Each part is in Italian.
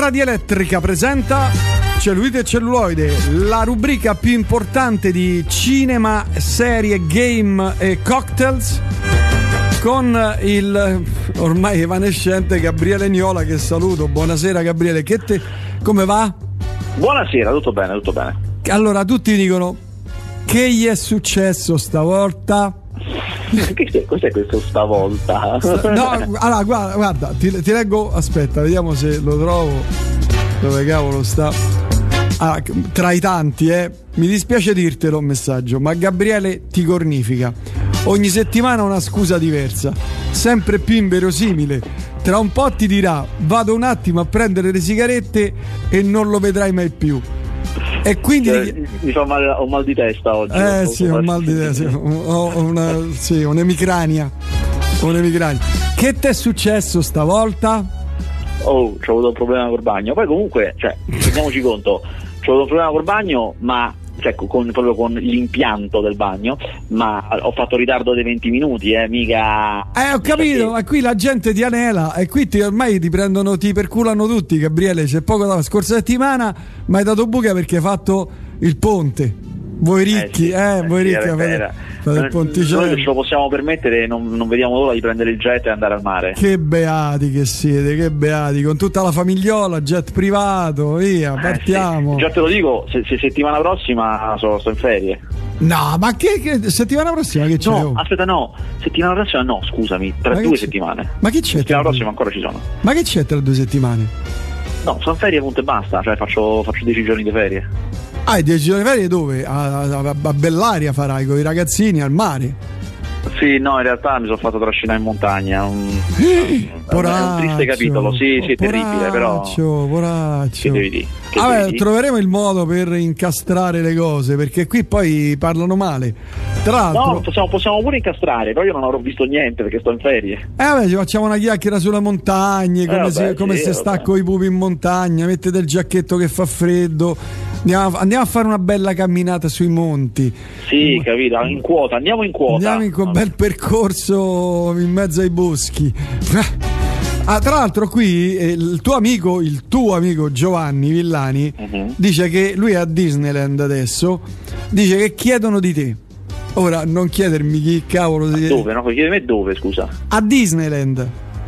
Radioelettrica presenta Cellulite e Celluloide, la rubrica più importante di cinema, serie, game e cocktails, con il ormai evanescente Gabriele Niola, che saluto. Buonasera Gabriele, come va? Buonasera, tutto bene, tutto bene. Allora, tutti dicono: che gli è successo stavolta? Cos'è questo stavolta? No, allora guarda, ti leggo, aspetta, vediamo se lo trovo. Dove cavolo sta? Tra i tanti, mi dispiace dirtelo un messaggio, ma Gabriele ti cornifica. Ogni settimana una scusa diversa, sempre più inverosimile. Tra un po' ti dirà: vado un attimo a prendere le sigarette, e non lo vedrai mai più. E quindi mi fa male, ho mal di testa oggi. Sì, ho mal di testa, ho un'emicrania. Che ti è successo stavolta? C'ho avuto un problema col bagno. Poi comunque, rendiamoci conto, c'ho avuto un problema col bagno, ma proprio con l'impianto del bagno, ma ho fatto ritardo dei 20 minuti, mica. Ho capito, ma qui la gente ti anela, e qui ormai ti prendono, ti perculano tutti, Gabriele. C'è poco da. Scorsa settimana mi hai dato buca perché hai fatto il ponte. Voi ricchi, voi ricchi fate il ponticello. Noi ce lo possiamo permettere, non vediamo l'ora di prendere il jet e andare al mare. Che beati che siete, che beati, con tutta la famigliola, jet privato, via, partiamo. Sì. Già te lo dico, se settimana prossima sto in ferie. No, ma che settimana prossima che c'è? No, aspetta, no, settimana prossima no, scusami, tra 2 settimane. Ma che c'è? Settimana prossima ancora ci sono. Ma che c'è tra 2 settimane? No, sono ferie, punto e basta, faccio 10 giorni di ferie. 10 giorni di ferie dove? A Bellaria farai con i ragazzini al mare? Sì, no, in realtà mi sono fatto trascinare in montagna. È un triste capitolo, sì, terribile, però. Poraccio. Che devi dire? Troveremo il modo per incastrare le cose, perché qui poi parlano male. Tra l'altro, no, possiamo pure incastrare, però io non avrò visto niente perché sto in ferie. Ci facciamo una chiacchiera sulle montagne, come se stacco i pupi in montagna, mettete il giacchetto che fa freddo. Andiamo a fare una bella camminata sui monti. Sì, capito, andiamo in quota. Andiamo in bel percorso in mezzo ai boschi. Tra l'altro qui il tuo amico Giovanni Villani dice che lui è a Disneyland adesso, dice che chiedono di te. Ora non chiedermi chi cavolo dove, no? Chiede me dove, scusa? A Disneyland.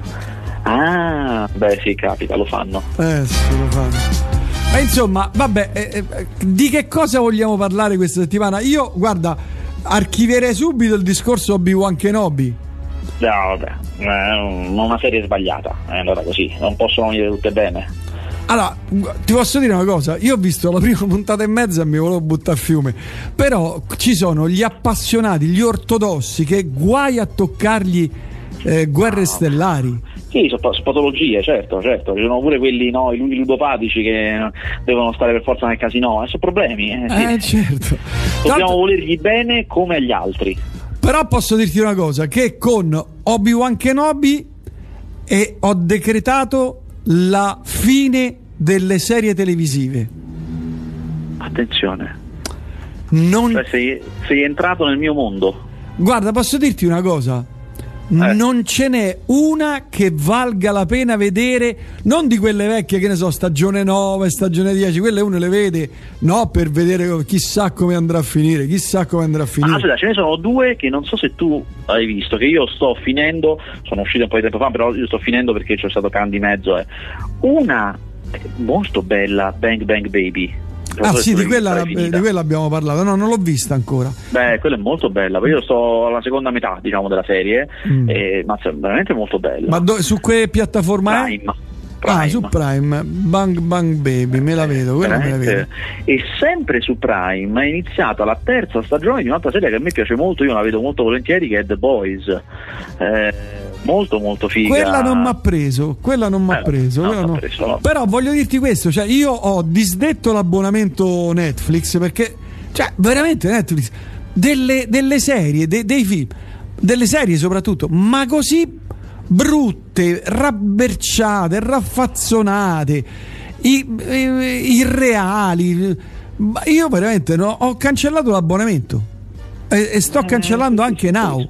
Sì, capita, lo fanno. Sì, lo fanno. Ma insomma, vabbè, di che cosa vogliamo parlare questa settimana? Io, guarda, archivierei subito il discorso Obi-Wan Kenobi. No, vabbè, una serie sbagliata, è andata così, non possono venire tutte bene. Allora, ti posso dire una cosa, io ho visto la prima puntata e mezza e mi volevo buttare a fiume, però ci sono gli appassionati, gli ortodossi, che guai a toccargli Guerre Stellari. Sì, sono patologie, certo, ci sono pure quelli, i ludopatici che devono stare per forza nel casino, sono problemi. Sì. Certo. Dobbiamo volergli bene come agli altri. Però posso dirti una cosa, che con Obi-Wan Kenobi ho decretato la fine delle serie televisive. Attenzione. Sei entrato nel mio mondo. Guarda, posso dirti una cosa? Non ce n'è una che valga la pena vedere, non di quelle vecchie, che ne so, stagione 9, stagione 10, quelle uno le vede per vedere chissà come andrà a finire. Aspetta, ce ne sono 2 che non so se tu hai visto, che io sto finendo, sono uscite un po' di tempo fa, però io sto finendo perché c'è stato Can di mezzo. Una molto bella, Bang Bang Baby. Sì, di quella abbiamo parlato. No, non l'ho vista ancora. Quella è molto bella. Io sto alla seconda metà, diciamo, della serie, ma è veramente molto bella. Ma su che piattaforma Prime. Prime. Su Prime, Bang Bang Baby, me la vedo, quella me la vedo. E sempre su Prime è iniziata la 3ª stagione di un'altra serie che a me piace molto, io la vedo molto volentieri, che è The Boys. Molto molto figa. Quella non mi ha preso. No. Però voglio dirti questo, io ho disdetto l'abbonamento Netflix perché veramente Netflix delle serie, dei film, delle serie soprattutto, ma così brutte, rabberciate, raffazzonate, irreali. Io veramente ho cancellato l'abbonamento e sto cancellando anche Now.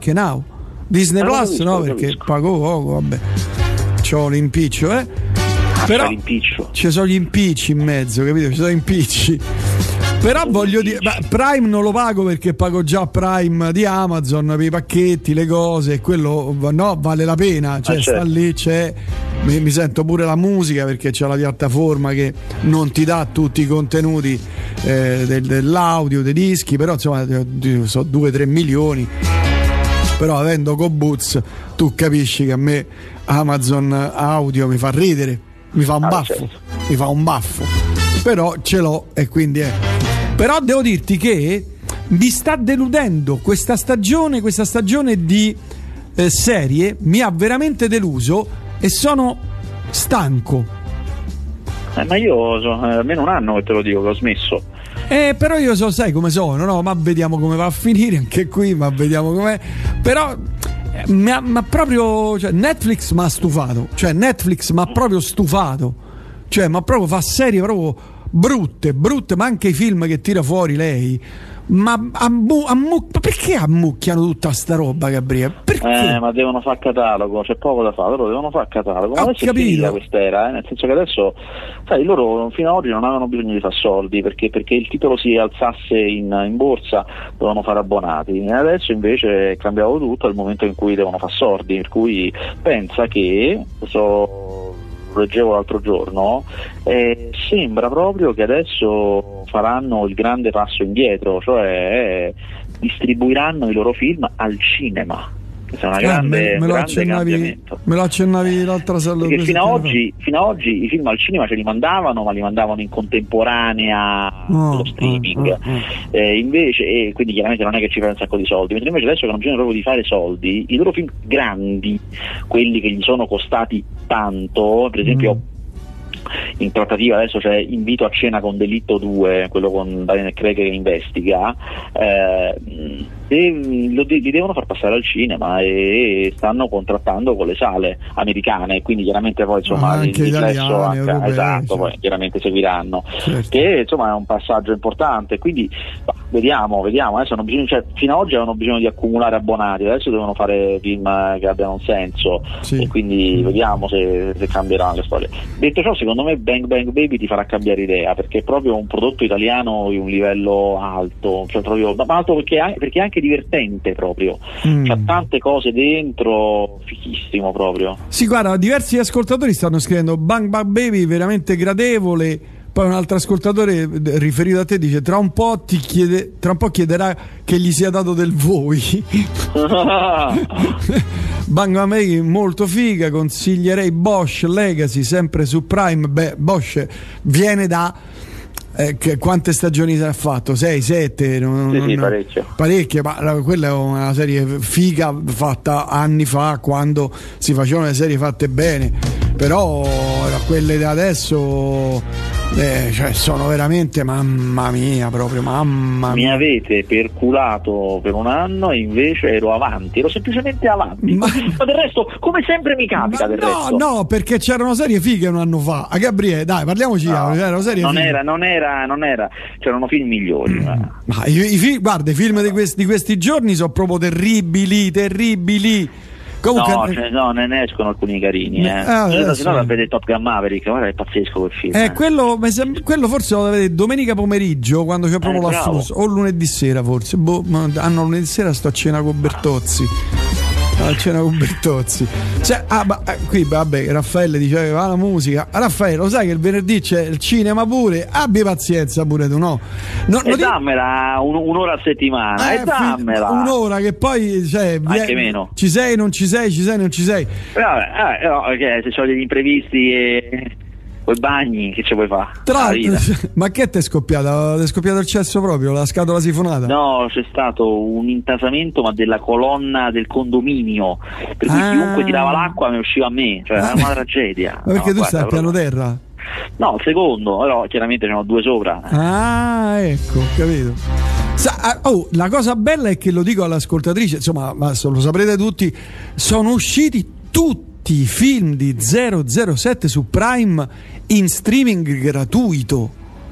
Disney Plus no, perché pago poco, vabbè, c'ho l'impiccio, Però ci sono gli impicci in mezzo, capito? Ci sono impicci. Però voglio dire, Prime non lo pago perché pago già Prime di Amazon per i pacchetti, le cose, quello no, vale la pena, cioè sta lì, mi sento pure la musica perché c'è la piattaforma che non ti dà tutti i contenuti dell'audio, dei dischi, però insomma sono 2-3 milioni. Però avendo Coboots tu capisci che a me Amazon Audio mi fa ridere, mi fa un baffo, mi fa un baffo, però ce l'ho e quindi è. Però devo dirti che mi sta deludendo questa stagione di serie, mi ha veramente deluso e sono stanco. Ma io almeno un anno che te lo dico che ho smesso. Però io sai come sono, no? Ma vediamo come va a finire anche qui, ma vediamo com'è. Però ma proprio, cioè, Netflix mi ha stufato, cioè Netflix mi ha proprio stufato, cioè ma proprio fa serie proprio brutte, ma anche i film che tira fuori lei. Ma perché ammucchiano tutta sta roba, Gabriele? Perché? Ma devono fare catalogo, c'è poco da fare, loro devono fare catalogo. Ma adesso è finita quest'era, nel senso che adesso, sai, loro fino ad oggi non avevano bisogno di fare soldi perché il titolo si alzasse in borsa dovevano fare abbonati, e adesso invece è cambiato tutto al momento in cui devono fare soldi, per cui pensa che leggevo l'altro giorno, sembra proprio che adesso faranno il grande passo indietro, cioè distribuiranno i loro film al cinema. È una grande cambiamento. Me lo accennavi l'altra sera. Perché fino ad oggi i film al cinema ce li mandavano, ma li mandavano in contemporanea allo streaming. Invece, quindi chiaramente non è che ci fai un sacco di soldi, mentre invece adesso che non bisogna proprio di fare soldi, i loro film grandi, quelli che gli sono costati tanto, per esempio in trattativa adesso c'è Invito a cena con Delitto 2, quello con Daniel Craig che investiga, li devono far passare al cinema e stanno contrattando con le sale americane, quindi chiaramente poi insomma anche il riflesso europee, esatto, poi chiaramente seguiranno, che insomma è un passaggio importante, quindi vediamo, adesso hanno bisogno, cioè, fino ad oggi avevano bisogno di accumulare abbonati, adesso devono fare film che abbiano un senso, e quindi vediamo se cambieranno le storie. Detto ciò, secondo me Bang Bang Baby ti farà cambiare idea, perché è proprio un prodotto italiano di un livello alto, cioè proprio alto perché è anche divertente proprio, c'ha tante cose dentro, fichissimo proprio. Sì, guarda, diversi ascoltatori stanno scrivendo Bang Bang Baby veramente gradevole. Poi un altro ascoltatore riferito a te dice tra un po' chiederà che gli sia dato del voi. Bang Bang Baby molto figa, consiglierei Bosch Legacy sempre su Prime. Bosch viene da quante stagioni si è fatto? 6, 7? Sì, parecchie, ma quella è una serie figa fatta anni fa, quando si facevano le serie fatte bene, però quelle da adesso cioè sono veramente, mamma mia, proprio mamma mia. Mi avete perculato per un anno e invece ero semplicemente avanti, ma del resto come sempre mi capita resto. No, perché c'erano serie fighe un anno fa, a Gabriele, dai, parliamoci, c'erano serie fighe. Non era, c'erano film migliori. Ma guarda, i film di questi giorni sono proprio terribili. Comunque, no, ne escono alcuni carini. Se no l'avete Top Gun Maverick, guarda, è pazzesco quel film. Quello forse lo vedete domenica pomeriggio, quando c'è proprio l'afflusso, o lunedì sera forse. Lunedì sera sto a cena con Bertozzi. Cioè, qui vabbè, Raffaele diceva la musica. Raffaele, lo sai che il venerdì c'è il cinema pure? Abbi pazienza pure tu, no? Dammela un'ora a settimana, dammela un'ora, che poi anche meno. Ci sei, non ci sei, non ci sei. Vabbè, no, perché se c'ho degli imprevisti e quei bagni, che ci vuoi fare? Ma che ti è scoppiato? Ti è scoppiato il cesso proprio, la scatola sifonata? No, c'è stato un intasamento, ma della colonna del condominio, per cui chiunque tirava l'acqua mi usciva a me, cioè era una tragedia. Ma perché tu stai al piano terra? No, il secondo, però chiaramente c'erano 2 sopra. Ecco, capito. La cosa bella è che, lo dico all'ascoltatrice, insomma, ma lo saprete tutti, sono usciti tutti i film di 007 su Prime in streaming gratuito.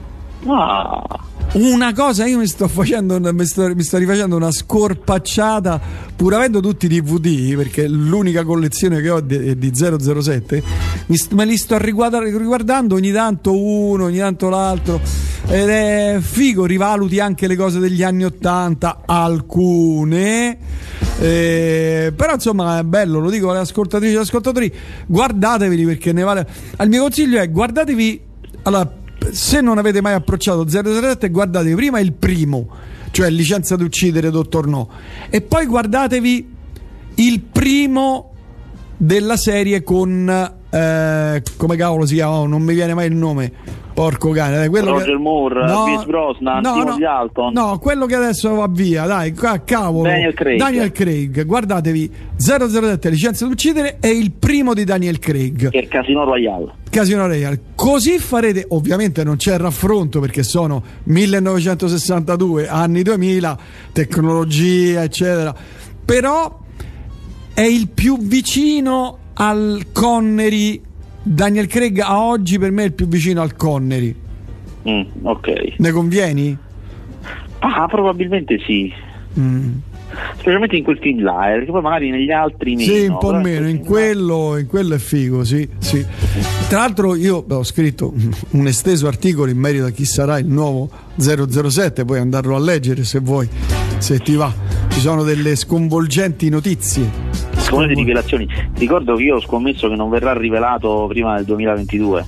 Una cosa, io mi sto rifacendo una scorpacciata, pur avendo tutti i DVD, perché l'unica collezione che ho è di 007, me li sto riguardando ogni tanto uno, ogni tanto l'altro, ed è figo, rivaluti anche le cose degli anni 80, alcune, però insomma è bello, lo dico alle ascoltatrici e ascoltatori, guardateveli, perché ne vale. Il mio consiglio è: guardatevi, allora, se non avete mai approcciato 007, guardate prima il primo, cioè Licenza d'uccidere, Dottor No, e poi guardatevi il primo della serie con come cavolo si chiama? Non mi viene mai il nome, porco cane, Roger Moore, Pierce Brosnan, Timothy Dalton. No, quello che adesso va via, dai, cavolo, Daniel Craig. Guardatevi 007, Licenza d'uccidere, e il primo di Daniel Craig, che è Casino Royale. Così farete, ovviamente non c'è raffronto perché sono 1962, anni 2000, tecnologia eccetera, però è il più vicino al Connery. Daniel Craig a oggi per me è il più vicino al Connery. Ok. Ne convieni? Probabilmente sì. Specialmente in quel film là, perché poi magari negli altri meno. Sì, un po' meno, in quello è figo, sì. Tra l'altro io ho scritto un esteso articolo in merito a chi sarà il nuovo 007, puoi andarlo a leggere se vuoi, se ti va. Ci sono delle sconvolgenti notizie. Di rivelazioni. Ricordo che io ho scommesso che non verrà rivelato prima del 2022.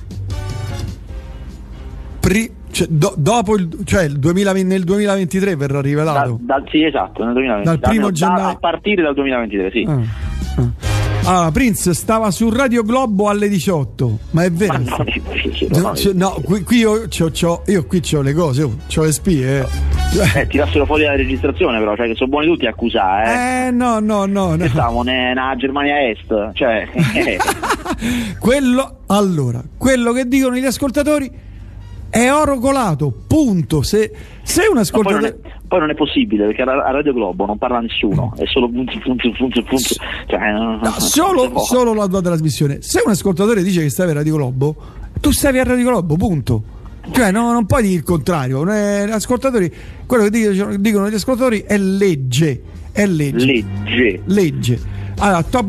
Dopo il 2020, nel 2023 verrà rivelato. Sì, esatto, nel 2023. Dal primo gennaio. A partire dal 2023, sì. Allora, Prince stava su Radio Globo alle 18, ma è vero? Ma non è vero. No, qui io qui c'ho le cose, c'ho le spie. Tirassero fuori la registrazione, però, cioè che sono buoni tutti a accusare. No. Che stavamo nella Germania Est, cioè. Quello che dicono gli ascoltatori è oro colato, punto. Se un ascoltatore. Poi non è possibile, perché a Radio Globo non parla nessuno, è solo punto. Cioè, solo la tua trasmissione. Se un ascoltatore dice che stavi a Radio Globo, tu stavi a Radio Globo, punto. Cioè non puoi dire il contrario. Ascoltatori, quello che dicono gli ascoltatori è legge. Allora, Top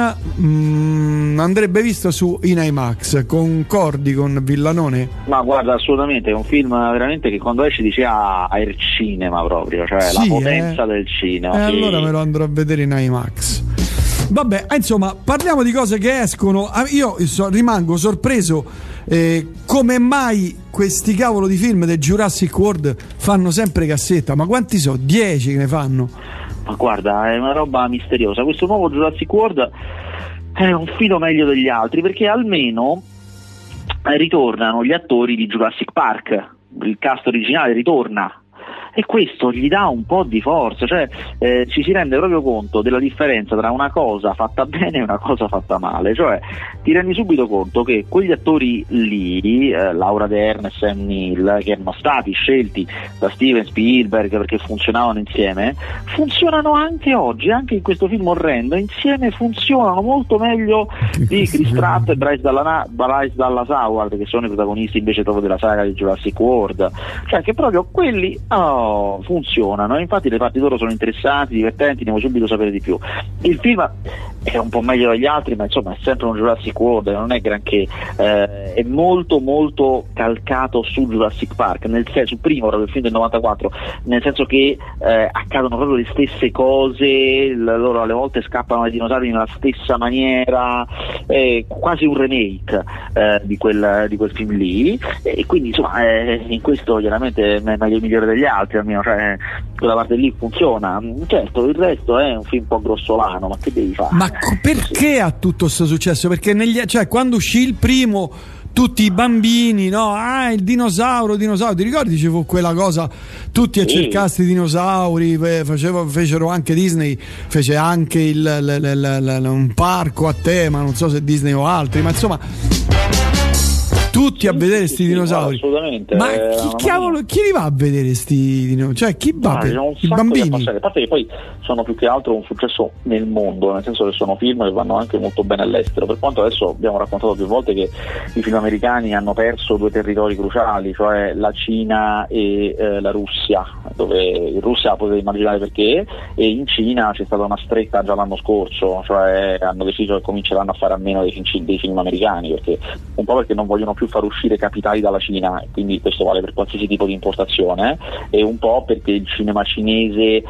Gun andrebbe visto in IMAX. Concordi con Villanone? Ma guarda, assolutamente, è un film veramente che quando esce dice è il cinema proprio, cioè sì, la potenza del cinema. Allora me lo andrò a vedere in IMAX. Vabbè, insomma, parliamo di cose che escono. Io rimango sorpreso come mai questi cavolo di film del Jurassic World fanno sempre cassetta. Ma quanti so? 10 che ne fanno? Ma guarda, è una roba misteriosa. Questo nuovo Jurassic World è un filo meglio degli altri, perché almeno ritornano gli attori di Jurassic Park, il cast originale ritorna, e questo gli dà un po' di forza, cioè ci si rende proprio conto della differenza tra una cosa fatta bene e una cosa fatta male, cioè ti rendi subito conto che quegli attori lì, Laura Dern e Sam Neill, che erano stati scelti da Steven Spielberg perché funzionavano insieme, funzionano anche oggi, anche in questo film orrendo, insieme funzionano molto meglio di Chris Pratt e Bryce Dallas Howard, che sono i protagonisti invece proprio della saga di Jurassic World, cioè che proprio quelli funzionano, e infatti le parti loro sono interessanti, divertenti, devo subito sapere di più. Il film è un po' meglio degli altri, ma insomma è sempre un Jurassic World, non è granché, è molto molto calcato su Jurassic Park, sul primo, proprio il film del 94, nel senso che accadono proprio le stesse cose, loro alle volte scappano ai dinosauri nella stessa maniera, quasi un remake di quel film lì, e quindi insomma in questo chiaramente è meglio, migliore degli altri, almeno, cioè quella parte lì funziona. Certo, il resto è un film un po' grossolano, ma che devi fare? Ma perché ha tutto questo successo? Perché quando uscì il primo, tutti i bambini, no? Il dinosauro, ti ricordi? Dicevo quella cosa, tutti a cercarsi i dinosauri, fecero anche Disney, fece anche un parco a tema, non so se Disney o altri, ma insomma tutti a vedere sti dinosauri. Assolutamente. Ma chi li va a vedere sti dinosauri? Cioè, chi va? I bambini? A parte che poi sono più che altro un successo nel mondo, nel senso che sono film che vanno anche molto bene all'estero, per quanto adesso abbiamo raccontato più volte che i film americani hanno perso due territori cruciali, cioè la Cina e la Russia, dove in Russia potete immaginare perché, e in Cina c'è stata una stretta già l'anno scorso, cioè hanno deciso che cominceranno a fare a meno dei film americani, perché un po' perché non vogliono più far uscire capitali dalla Cina, quindi questo vale per qualsiasi tipo di importazione, e un po' perché il cinema cinese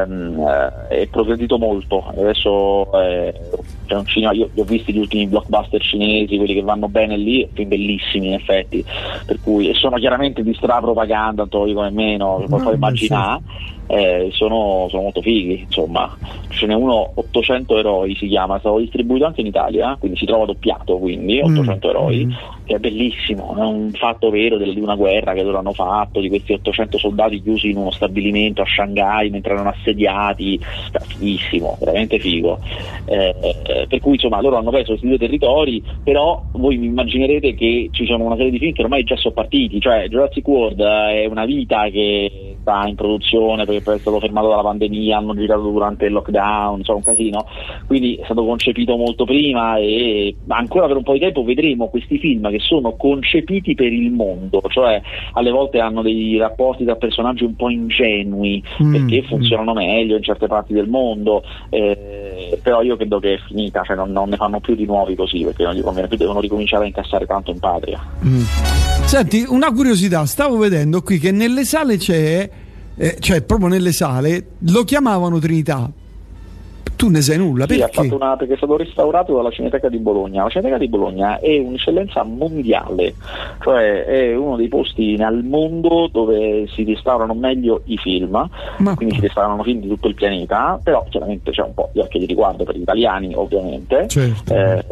è progredito molto. Adesso c'è un cinema, io ho visto gli ultimi blockbuster cinesi, quelli che vanno bene lì, film bellissimi in effetti, per cui, e sono chiaramente di propaganda, tanto come meno, posso immaginare. Sono molto fighi, insomma. Ce n'è uno, 800 eroi si chiama, è stato distribuito anche in Italia, quindi si trova doppiato, quindi 800 eroi, che è bellissimo, è un fatto vero di una guerra che loro hanno fatto, di questi 800 soldati chiusi in uno stabilimento a Shanghai mentre erano assediati, fighissimo, veramente figo. Per cui insomma loro hanno preso questi due territori, però voi mi immaginerete che ci sono una serie di film che ormai già sono partiti, cioè Jurassic World è una vita che sta in produzione perché poi è stato fermato dalla pandemia, hanno girato durante il lockdown, insomma un casino, quindi è stato concepito molto prima e ancora per un po' di tempo vedremo questi film che sono concepiti per il mondo, cioè alle volte hanno dei rapporti tra personaggi un po' ingenui perché funzionano meglio in certe parti del mondo, però io credo che è finita, cioè non ne fanno più di nuovi così, perché non gli conviene più, devono ricominciare a incassare tanto in patria. Senti, una curiosità, stavo vedendo qui che nelle sale c'è cioè proprio nelle sale lo chiamavano Trinità. Tu ne sai nulla? Sì, perché? Perché è stato restaurato dalla Cineteca di Bologna. La Cineteca di Bologna è un'eccellenza mondiale, cioè è uno dei posti al mondo dove si restaurano meglio i film, quindi si restaurano film di tutto il pianeta, però chiaramente c'è un po' di occhio di riguardo per gli italiani ovviamente, certo.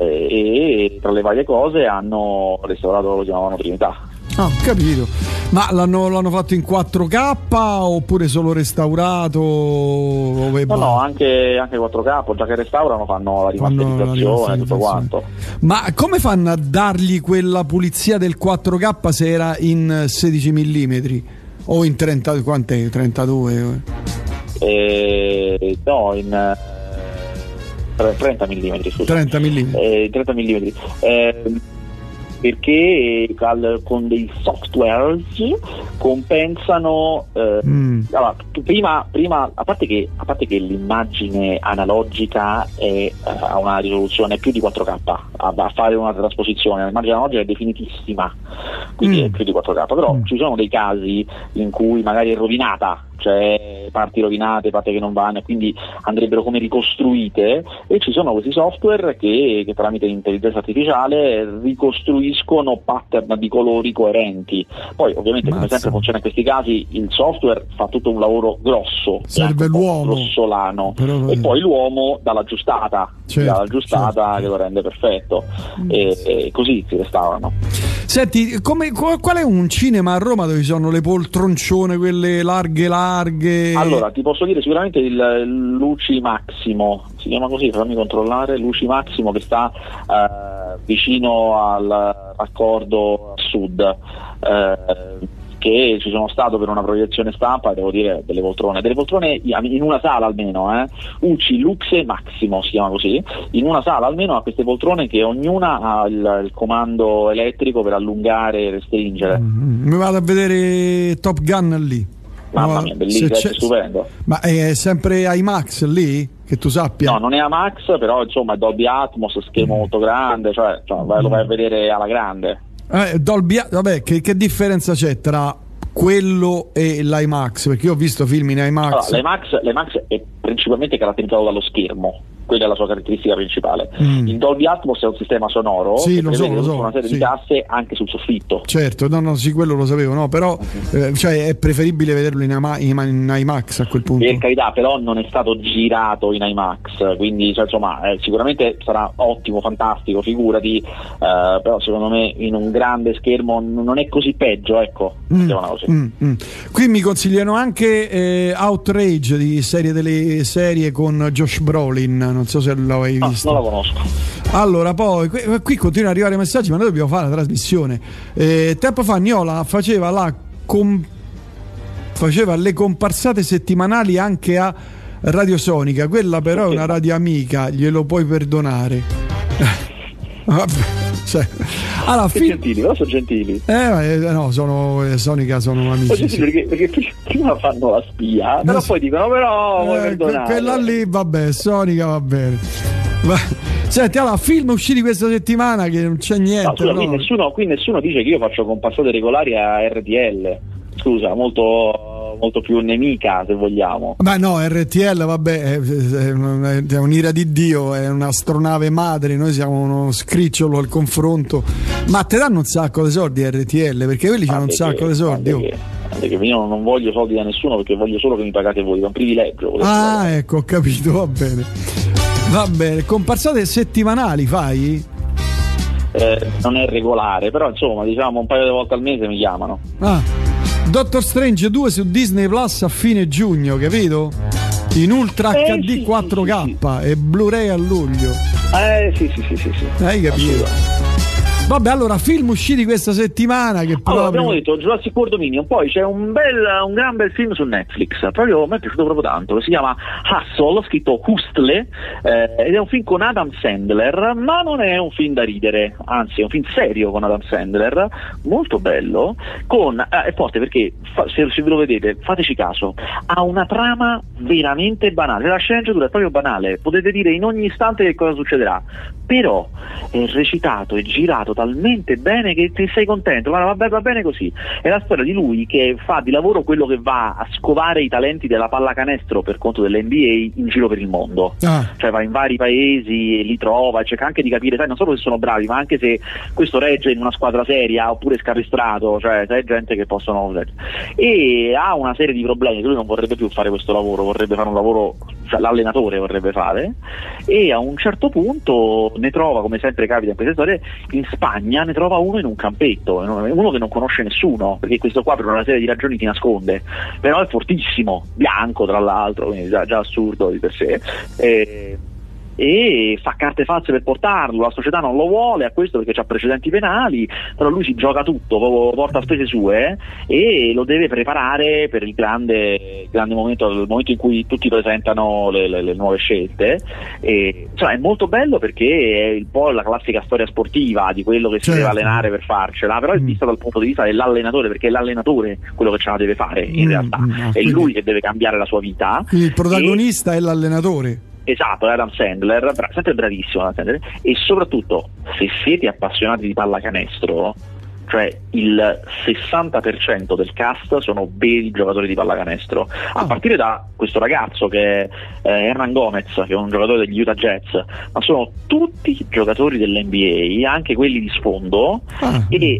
E tra le varie cose hanno restaurato, lo chiamavano Trinità. Ah, capito. Ma l'hanno fatto in 4K oppure solo restaurato? No, anche 4K, già che restaurano fanno la rimasterizzazione, tutto quanto. Ma come fanno a dargli quella pulizia del 4K se era in 16 mm? O in 30, quant'è? 32? No, in 30 mm, scusa. 30 mm. 30 mm. Perché con dei software compensano allora, prima a parte che l'immagine analogica ha una risoluzione più di 4K a fare una trasposizione, l'immagine analogica è definitissima, quindi è più di 4K, però ci sono dei casi in cui magari è rovinata, cioè parti rovinate, parti che non vanno, quindi andrebbero come ricostruite, e ci sono questi software che tramite intelligenza artificiale ricostruiscono pattern di colori coerenti. Poi ovviamente come sempre funziona in questi casi, il software fa tutto un lavoro grosso, serve l'uomo grossolano, e poi l'uomo dà l'aggiustata, che lo rende perfetto, e così si restaurano. Senti, qual è un cinema a Roma dove ci sono le poltroncione, quelle larghe? Allora, ti posso dire sicuramente il Luci Maximo, si chiama così, fammi controllare, Luci Maximo, che sta vicino al raccordo sud, che ci sono stato per una proiezione stampa, devo dire delle poltrone in una sala almeno, Uci Luxe Maximo si chiama così, in una sala almeno ha queste poltrone che ognuna ha il comando elettrico per allungare e restringere. Mi vado a vedere Top Gun lì. Mamma mia, bellissimo, è stupendo. Ma è sempre IMAX lì? Che tu sappia? No, non è IMAX, però insomma è Dolby Atmos, schermo molto grande, cioè lo vai a vedere alla grande. Dolby, vabbè, che differenza c'è tra quello e l'IMAX? Perché io ho visto film in IMAX. Allora, l'IMAX è principalmente caratterizzato dallo schermo, quella è la sua caratteristica principale. Il Dolby Atmos è un sistema sonoro che prevede una serie di casse anche sul soffitto. Certo, sì, quello lo sapevo, no? Però cioè è preferibile vederlo in IMAX a quel punto. Per carità, però non è stato girato in IMAX, quindi insomma sicuramente sarà ottimo, fantastico, figurati, però secondo me in un grande schermo non è così peggio, ecco. Qui mi consigliano anche Outrage, di delle serie con Josh Brolin, non so se l'avevi visto. Non la conosco. Allora, poi qui continuano ad arrivare messaggi, ma noi dobbiamo fare la trasmissione. Tempo fa Niola faceva le comparsate settimanali anche a Radio Sonica, quella però è una radio amica, glielo puoi perdonare. Vabbè, cioè, allora, gentili, però sono gentili. No, Sonica sono amici. Perché prima fanno la spia, però poi dicono vuoi perdonare. Quella lì, vabbè, Sonica va bene. Senti, allora, film usciti questa settimana che non c'è niente. No, scusa, qui nessuno dice che io faccio comparsate regolari a RTL. Scusa, molto più nemica, se vogliamo. Beh, no, RTL, vabbè, è un'ira di Dio, è un'astronave madre, noi siamo uno scricciolo al confronto. Ma te danno un sacco di soldi RTL, perché quelli hanno un sacco di soldi. Perché io non voglio soldi da nessuno, perché voglio solo che mi pagate voi, è un privilegio. Ecco, ho capito, va bene. Va bene, comparsate settimanali fai? Non è regolare, però insomma, diciamo un paio di volte al mese mi chiamano. Doctor Strange 2 su Disney Plus a fine giugno, capito? In Ultra HD 4K e Blu-ray a luglio. Sì. Hai capito? Vabbè, allora, film usciti questa settimana che proprio... Allora, abbiamo detto Jurassic World Dominion, poi c'è un gran bel film su Netflix, proprio a me è piaciuto proprio tanto, che si chiama Hustle, scritto Hustle, ed è un film con Adam Sandler, ma non è un film da ridere, anzi è un film serio con Adam Sandler, molto bello, è forte perché, se ve lo vedete, fateci caso, ha una trama veramente banale, la sceneggiatura è proprio banale, potete dire in ogni istante che cosa succederà, però è recitato e girato talmente bene che ti sei contento, ma va bene così. È la storia di lui che fa di lavoro quello che va a scovare i talenti della pallacanestro per conto dell'NBA in giro per il mondo, cioè va in vari paesi e li trova, cerca anche di capire, sai, non solo se sono bravi, ma anche se questo regge in una squadra seria oppure scarristrato, cioè c'è gente che possono, e ha una serie di problemi, lui non vorrebbe più fare questo lavoro, vorrebbe fare un lavoro, cioè, l'allenatore vorrebbe fare, e a un certo punto ne trova, come sempre capita in queste storie, in Spagna ne trova uno in un campetto, uno che non conosce nessuno, perché questo qua per una serie di ragioni ti nasconde, però è fortissimo, bianco tra l'altro, quindi già assurdo di per sé, e fa carte false per portarlo, la società non lo vuole a questo perché ha precedenti penali, però lui si gioca tutto, porta a spese sue e lo deve preparare per il grande momento, il momento in cui tutti presentano le nuove scelte, e cioè è molto bello perché è un po' la classica storia sportiva di quello che si deve allenare per farcela, però è vista dal punto di vista dell'allenatore, perché è l'allenatore quello che ce la deve fare in realtà, è lui che deve cambiare la sua vita. Quindi il protagonista è l'allenatore. Esatto, Adam Sandler, sempre bravissimo Adam Sandler, e soprattutto se siete appassionati di pallacanestro, cioè il 60% del cast sono veri giocatori di pallacanestro, a partire da questo ragazzo che è Hernan Gomez, che è un giocatore degli Utah Jazz, ma sono tutti giocatori dell'NBA, anche quelli di sfondo, e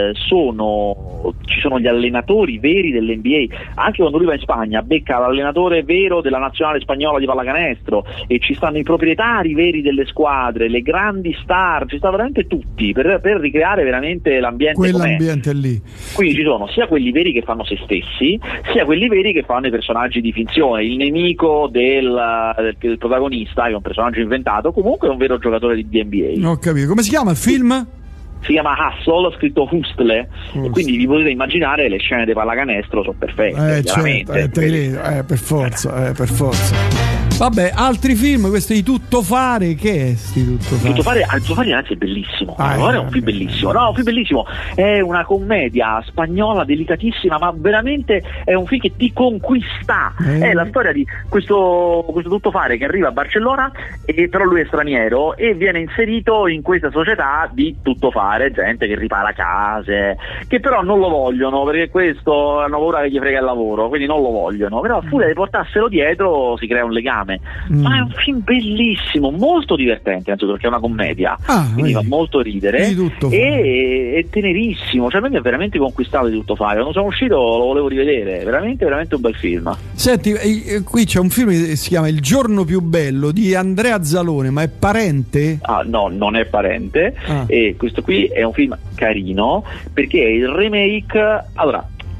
ci sono gli allenatori veri dell'NBA, anche quando lui va in Spagna becca l'allenatore vero della nazionale spagnola di pallacanestro, e ci stanno i proprietari veri delle squadre, le grandi star, ci sta veramente tutti per ricreare veramente l'ambiente, quell'ambiente lì. Quindi ci sono sia quelli veri che fanno se stessi, sia quelli veri che fanno i personaggi di finzione, il nemico del protagonista, che è un personaggio inventato, comunque è un vero giocatore di NBA. Ho capito. Come si chiama il film? Si chiama Hustle, scritto Hustle, e quindi vi potete immaginare le scene di pallacanestro sono perfette, certo, per forza. Vabbè, altri film, questo di Tuttofare, che è Tuttofare? Tuttofare ragazzi è bellissimo, è un film bellissimo, un film bellissimo, è una commedia spagnola delicatissima, ma veramente è un film che ti conquista, è la storia di questo Tuttofare che arriva a Barcellona, e però lui è straniero e viene inserito in questa società di tuttofare, gente che ripara case, che però non lo vogliono perché questo hanno paura che gli frega il lavoro, quindi non lo vogliono, però a furia di portarselo dietro si crea un legame. Ma è un film bellissimo, molto divertente, anzitutto perché è una commedia, quindi fa molto ridere, e è tenerissimo, cioè a me mi ha veramente conquistato di Tuttofare, quando sono uscito lo volevo rivedere, veramente un bel film. Senti, qui c'è un film che si chiama Il giorno più bello di Andrea Zalone, ma è parente? No, non è parente, e questo qui è un film carino perché è il remake, allora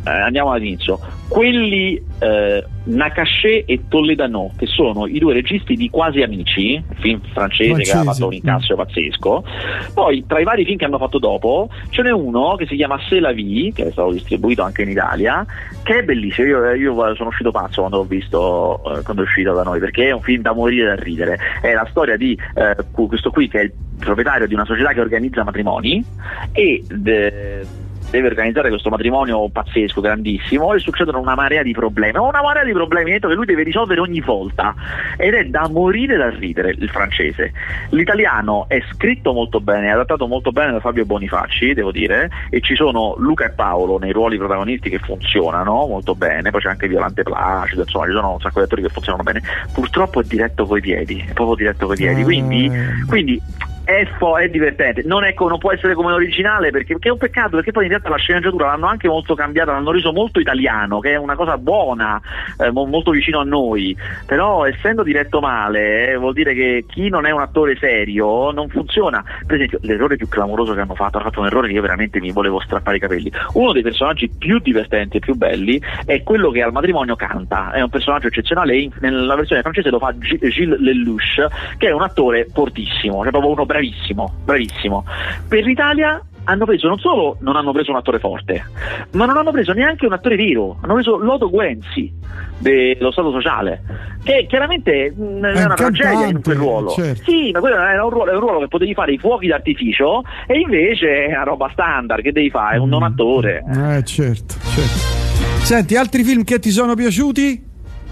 andiamo all'inizio. Quelli Nakache e Toledano, che sono i due registi di Quasi Amici, film francese che ha fatto un incasso pazzesco. Poi tra i vari film che hanno fatto dopo ce n'è uno che si chiama C'est la vie, che è stato distribuito anche in Italia, che è bellissimo. Io sono uscito pazzo quando l'ho visto, quando è uscito da noi, perché è un film da morire da ridere. È la storia di questo qui che è il proprietario di una società che organizza matrimoni e deve organizzare questo matrimonio pazzesco, grandissimo, e succedono una marea di problemi dentro che lui deve risolvere ogni volta, ed è da morire da ridere il francese. L'italiano è scritto molto bene, è adattato molto bene da Fabio Bonifacci, devo dire, e ci sono Luca e Paolo nei ruoli protagonisti che funzionano molto bene, poi c'è anche Violante Placido, insomma ci sono un sacco di attori che funzionano bene. Purtroppo è diretto coi piedi, è proprio diretto coi piedi, quindi è divertente, non può essere come l'originale, perché è un peccato, perché poi in realtà la sceneggiatura l'hanno anche molto cambiata, l'hanno reso molto italiano, che è una cosa buona, molto vicino a noi, però essendo diretto male vuol dire che chi non è un attore serio non funziona. Per esempio, l'errore più clamoroso che hanno fatto un errore che io veramente mi volevo strappare i capelli. Uno dei personaggi più divertenti e più belli è quello che al matrimonio canta, è un personaggio eccezionale, e nella versione francese lo fa Gilles Lelouch, che è un attore fortissimo, cioè proprio uno bravissimo. Per l'Italia non solo non hanno preso un attore forte, ma non hanno preso neanche un attore vero, hanno preso Lodo Guenzi dello Stato Sociale, che chiaramente è una tragedia in quel ruolo. Certo. Sì, ma quello è un ruolo che potevi fare i fuochi d'artificio, e invece è una roba standard che devi fare, un non attore. Certo. Senti, altri film che ti sono piaciuti?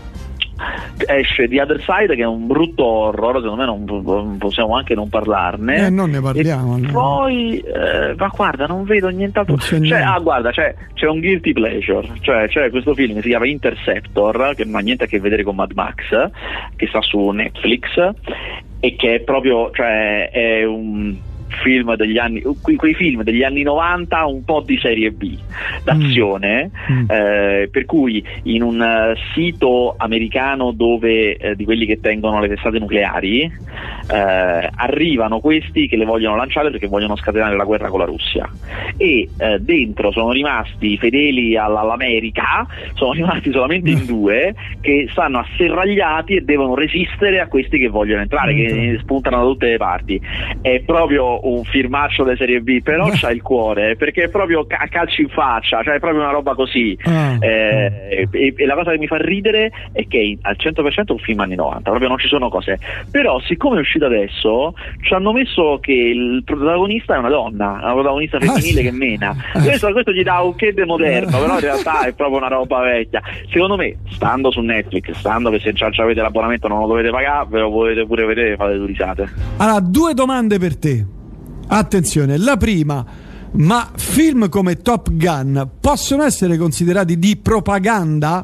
Esce The Other Side, che è un brutto horror, secondo me non possiamo anche non parlarne. Non ne parliamo. E poi ma guarda, non vedo nient'altro. C'è un guilty pleasure, cioè c'è questo film che si chiama Interceptor, che non ha niente a che vedere con Mad Max, che sta su Netflix, e che è proprio, cioè è un film degli anni, quei film degli anni 90 un po' di serie B d'azione, per cui in un sito americano dove di quelli che tengono le testate nucleari arrivano questi che le vogliono lanciare perché vogliono scatenare la guerra con la Russia, e dentro sono rimasti fedeli all'America, sono rimasti solamente in due che stanno asserragliati e devono resistere a questi che vogliono entrare, che spuntano da tutte le parti. È proprio un filmaccio della serie B, però c'ha il cuore, perché è proprio a calci in faccia, cioè è proprio una roba così. E la cosa che mi fa ridere è che al 100% è un film anni 90, proprio non ci sono cose, però siccome è uscito adesso ci hanno messo che il protagonista è una donna, una protagonista femminile che mena. Questo gli dà un che de moderno, però in realtà è proprio una roba vecchia. Secondo me, stando su Netflix, stando che se già avete l'abbonamento non lo dovete pagare, ve lo potete pure vedere e fate due risate. Allora, due domande per te. Attenzione, la prima: ma film come Top Gun possono essere considerati di propaganda?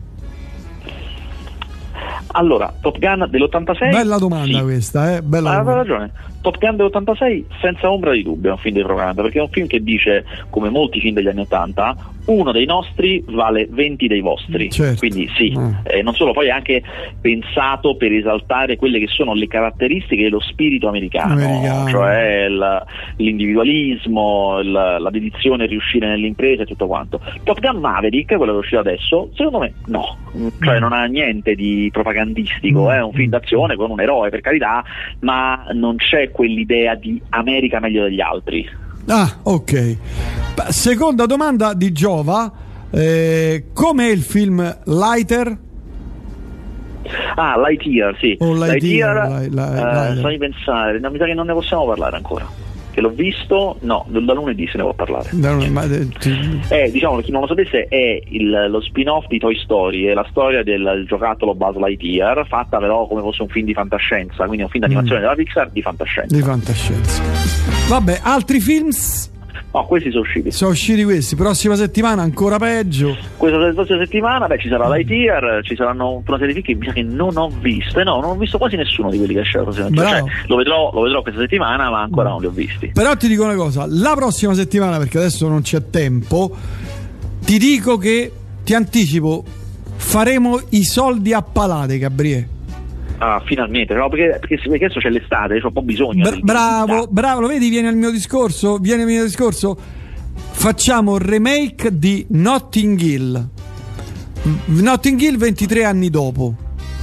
Allora, Top Gun dell'86? Bella domanda, sì. Questa, bella domanda. Hai ragione. Top Gun dell'86 senza ombra di dubbio è un film di propaganda, perché è un film che dice, come molti film degli anni 80, uno dei nostri vale 20 dei vostri. Certo. Quindi sì, non solo, poi è anche pensato per esaltare quelle che sono le caratteristiche dello spirito americano. Cioè l'individualismo, la dedizione a riuscire nell'impresa e tutto quanto. Top Gun Maverick, quello che è uscito adesso, secondo me no, cioè non ha niente di propagandistico, è un film d'azione con un eroe, per carità, ma non c'è quell'idea di America meglio degli altri. Ok. Seconda domanda di Giova: com'è il film Lighter? Lightyear, sì. Lightyear. Fammi pensare, mi sa che non ne possiamo parlare ancora, che l'ho visto, no, da lunedì se ne può parlare. Diciamo, per chi non lo sapesse, è lo spin-off di Toy Story, è la storia del giocattolo Buzz Lightyear, fatta però come fosse un film di fantascienza, quindi un film d'animazione della Pixar di fantascienza. Vabbè, altri films? No, questi sono usciti. Sono usciti questi. Prossima settimana ancora peggio. Questa prossima settimana ci sarà Lightyear, ci saranno una serie di film che mi sa che non ho visto. Non ho visto quasi nessuno di quelli che esce la prossima settimana. Cioè, lo vedrò questa settimana, ma ancora non li ho visti. Però ti dico una cosa, la prossima settimana, perché adesso non c'è tempo, ti dico che, ti anticipo, faremo i soldi a palate, Gabriele. Finalmente, no, perché adesso c'è l'estate, c'ho un po' bisogno. Bravo, lo vedi, viene al mio discorso. facciamo il remake di Notting Hill. Notting Hill 23 anni dopo.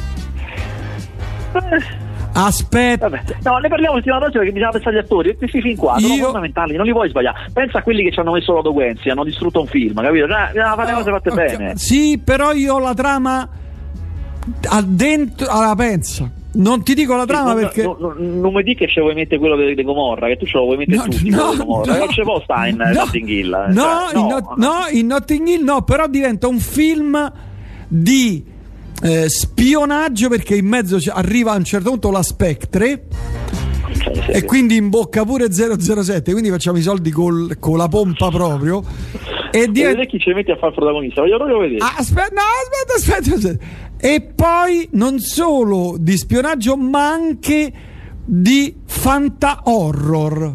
Aspetta, vabbè. No, ne parliamo settimana prossima, perché bisogna pensare agli attori. Questi film qua sono fondamentali, non li puoi sbagliare. Pensa a quelli che ci hanno messo Lodo Guenzi, hanno distrutto un film, capito? Bisogna fare le cose fatte bene. Sì, però io ho la trama dentro. Allora, pensa. Non ti dico la trama perché non mi dici che ce vuoi mettere quello di Gomorra, che tu ce lo vuoi mettere tutti quello di Gomorra, non ce può stare in Notting Hill. In Notting Hill no, però diventa un film di spionaggio, perché in mezzo arriva a un certo punto la Spectre e quindi imbocca pure 007, quindi facciamo i soldi con la pompa proprio. E vedete chi ci mette a fare il protagonista? Voglio proprio vedere. Aspetta. E poi non solo di spionaggio, ma anche di fanta-horror.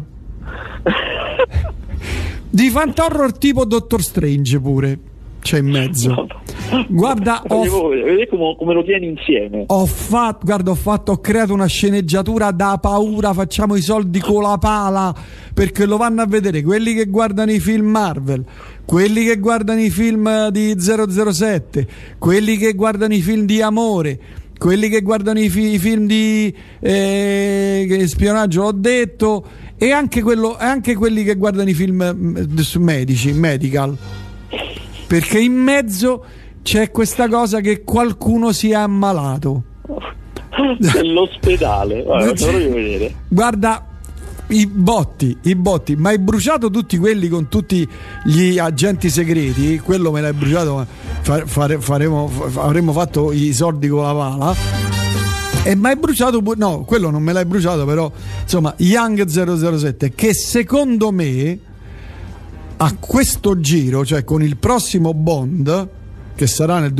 Di fanta-horror tipo Doctor Strange pure c'è in mezzo. Guarda, vedete come lo tieni insieme. Ho creato una sceneggiatura da paura. Facciamo i soldi con la pala, perché lo vanno a vedere quelli che guardano i film Marvel, quelli che guardano i film di 007, quelli che guardano i film di amore, quelli che guardano i film di spionaggio, l'ho detto, e anche quelli che guardano i film medical, perché in mezzo c'è questa cosa che qualcuno si è ammalato nell'ospedale. Voglio vedere. Guarda, i botti, ma hai bruciato tutti quelli con tutti gli agenti segreti? Quello me l'hai bruciato, ma avremmo fatto i soldi con la pala. E ma hai bruciato no, quello non me l'hai bruciato, però insomma Young 007, che secondo me a questo giro, cioè con il prossimo Bond, che sarà nel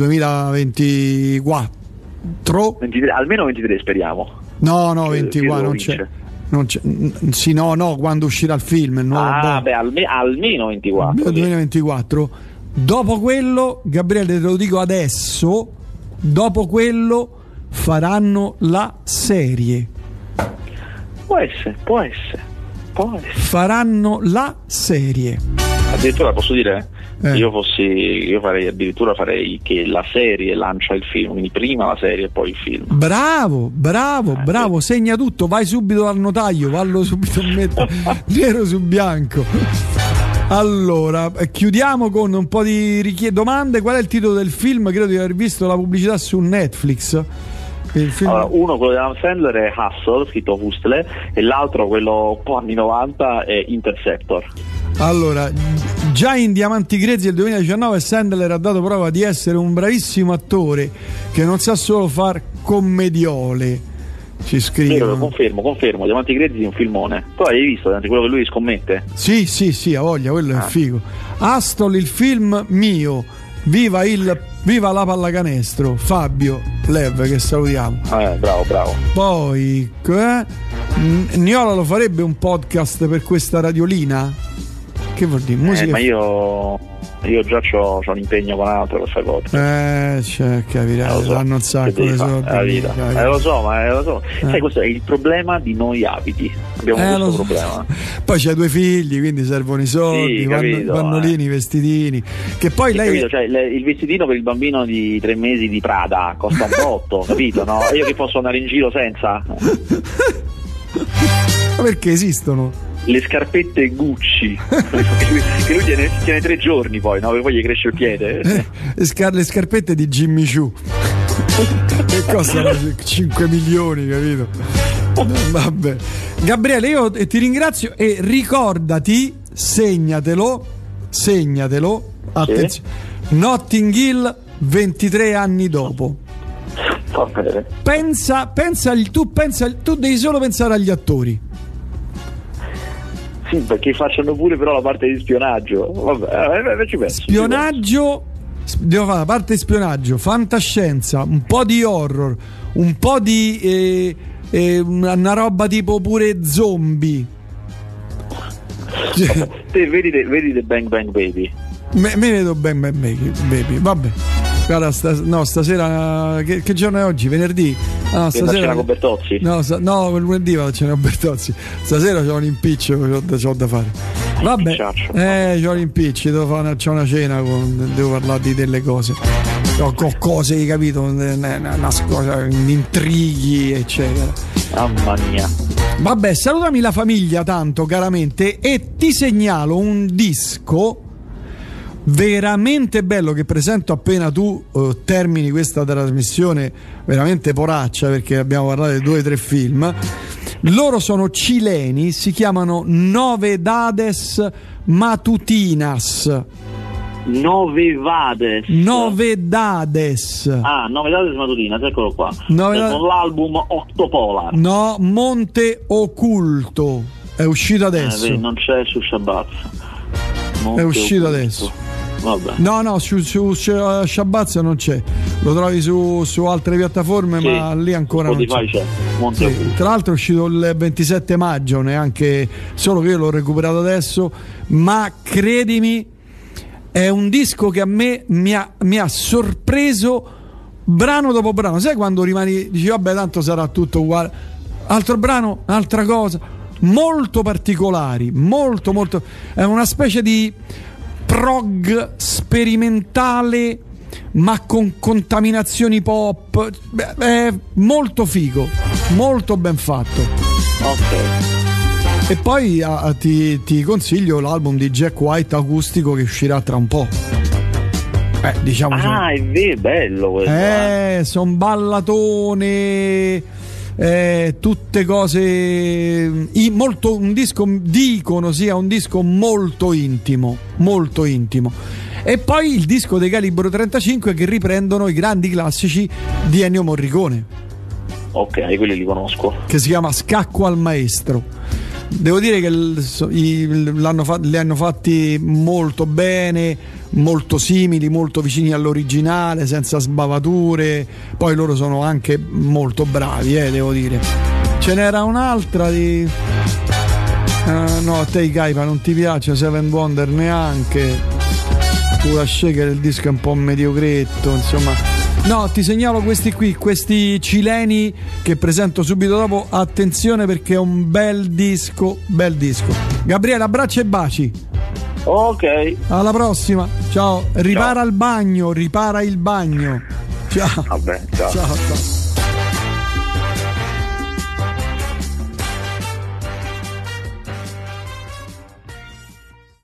2024, 23, almeno 23 speriamo. No, 24 non c'è. Sì, no, quando uscirà il film, il nuovo Bond. Almeno 24. 2024. Dopo quello, Gabriele, te lo dico adesso, dopo quello faranno la serie. Può essere. Faranno la serie. Addirittura posso dire, io farei che la serie lancia il film, quindi prima la serie e poi il film. Bravo, segna tutto, vai subito al notaio, vallo subito mettere nero su bianco. Allora, chiudiamo con un po' di domande. Qual è il titolo del film? Credo di aver visto la pubblicità su Netflix. Allora, uno, quello di Adam Sandler, è Hustle, scritto Hustle, e l'altro, quello un po' anni 90, è Interceptor. Allora, già in Diamanti Grezzi del 2019 Sandler ha dato prova di essere un bravissimo attore che non sa solo far commediole. Ci scrivono. Confermo, Diamanti Grezzi è un filmone. Tu hai visto quello che lui scommette? Sì, ha voglia, quello è figo. Astol, il film mio. Viva la pallacanestro. Fabio Lev, che salutiamo. Bravo. Poi Niola lo farebbe un podcast per questa radiolina? Che vuol dire? Musica? Ma io già c'ho un impegno con altro per fare podcast. Capirai, hanno un sacco di soldi. Lo so. Sai, questo è il problema di noi abiti. Abbiamo questo problema. Poi c'hai 2 figli, quindi servono i soldi, vanno lì i vestitini. Che poi lei. Capito? Cioè, il vestitino per il bambino di 3 mesi di Prada costa un botto, capito? No? E io che posso andare in giro senza? Perché esistono? Le scarpette Gucci che lui tiene 3 giorni poi, no? Perché poi gli cresce il piede. Le scarpette di Jimmy Choo che costano 5 milioni, capito? Vabbè, Gabriele, io ti ringrazio e ricordati, segnatelo, attenzione, Notting Hill 23 anni dopo. Va bene. Tu devi solo pensare agli attori. Sì, perché facciano pure però la parte di spionaggio. Vabbè, ci penso. Spionaggio, devo fare la parte di spionaggio, fantascienza, un po' di horror, un po' di una roba tipo pure zombie. Vabbè, te vedi The Bang Bang Baby. Me vedo Bang Bang Baby, vabbè. Guarda, stasera che giorno è oggi? Venerdì? No, stasera con Bertozzi? No, lunedì vado a cena con Bertozzi. Stasera c'ho un impiccio, c'ho da fare. Vabbè, c'ho l'impicci, c'ho una cena, devo parlare di delle cose. Ho cose, capito? Intrighi, eccetera. Mamma mia. Vabbè, salutami la famiglia tanto caramente e ti segnalo un disco veramente bello che presento appena tu termini questa trasmissione veramente poraccia, perché abbiamo parlato di 2 o 3 film. Loro sono cileni, si chiamano Novedades Matutinas. Novedades Matutinas, eccolo qua. Con l'album Octopolar. No, Monte Occulto. È uscito adesso. Non c'è su Shabazz. È uscito adesso. Vabbè. No, su Shabazz non c'è. Lo trovi su altre piattaforme, sì, ma lì ancora non c'è. Sì. Tra l'altro è uscito il 27 maggio, neanche, solo che io l'ho recuperato adesso, ma credimi, è un disco che a me mi ha sorpreso brano dopo brano. Sai quando rimani, dici vabbè tanto sarà tutto uguale, altro brano, altra cosa, molto particolari, molto è una specie di prog sperimentale ma con contaminazioni pop. È molto figo, molto ben fatto. Ok. E poi ti consiglio l'album di Jack White acustico che uscirà tra un po'. Diciamo. È vero, bello questo. Son ballatone, tutte cose un disco, dicono sia un disco molto intimo. E poi il disco dei Calibro 35 che riprendono i grandi classici di Ennio Morricone. Ok, quelli li conosco. Che si chiama Scacco al Maestro. Devo dire che li hanno fatti molto bene, molto simili, molto vicini all'originale, senza sbavature. Poi loro sono anche molto bravi, devo dire. Ce n'era un'altra di... no, a te i Caipa non ti piace, Seven Wonder neanche. Tu la Shaker, il disco è un po' mediocretto, insomma. No, ti segnalo questi cileni che presento subito dopo. Attenzione perché è un bel disco. Gabriele, abbracci e baci. Ok. Alla prossima. Ciao. Ripara il bagno. Ciao. Vabbè, ciao. Ciao.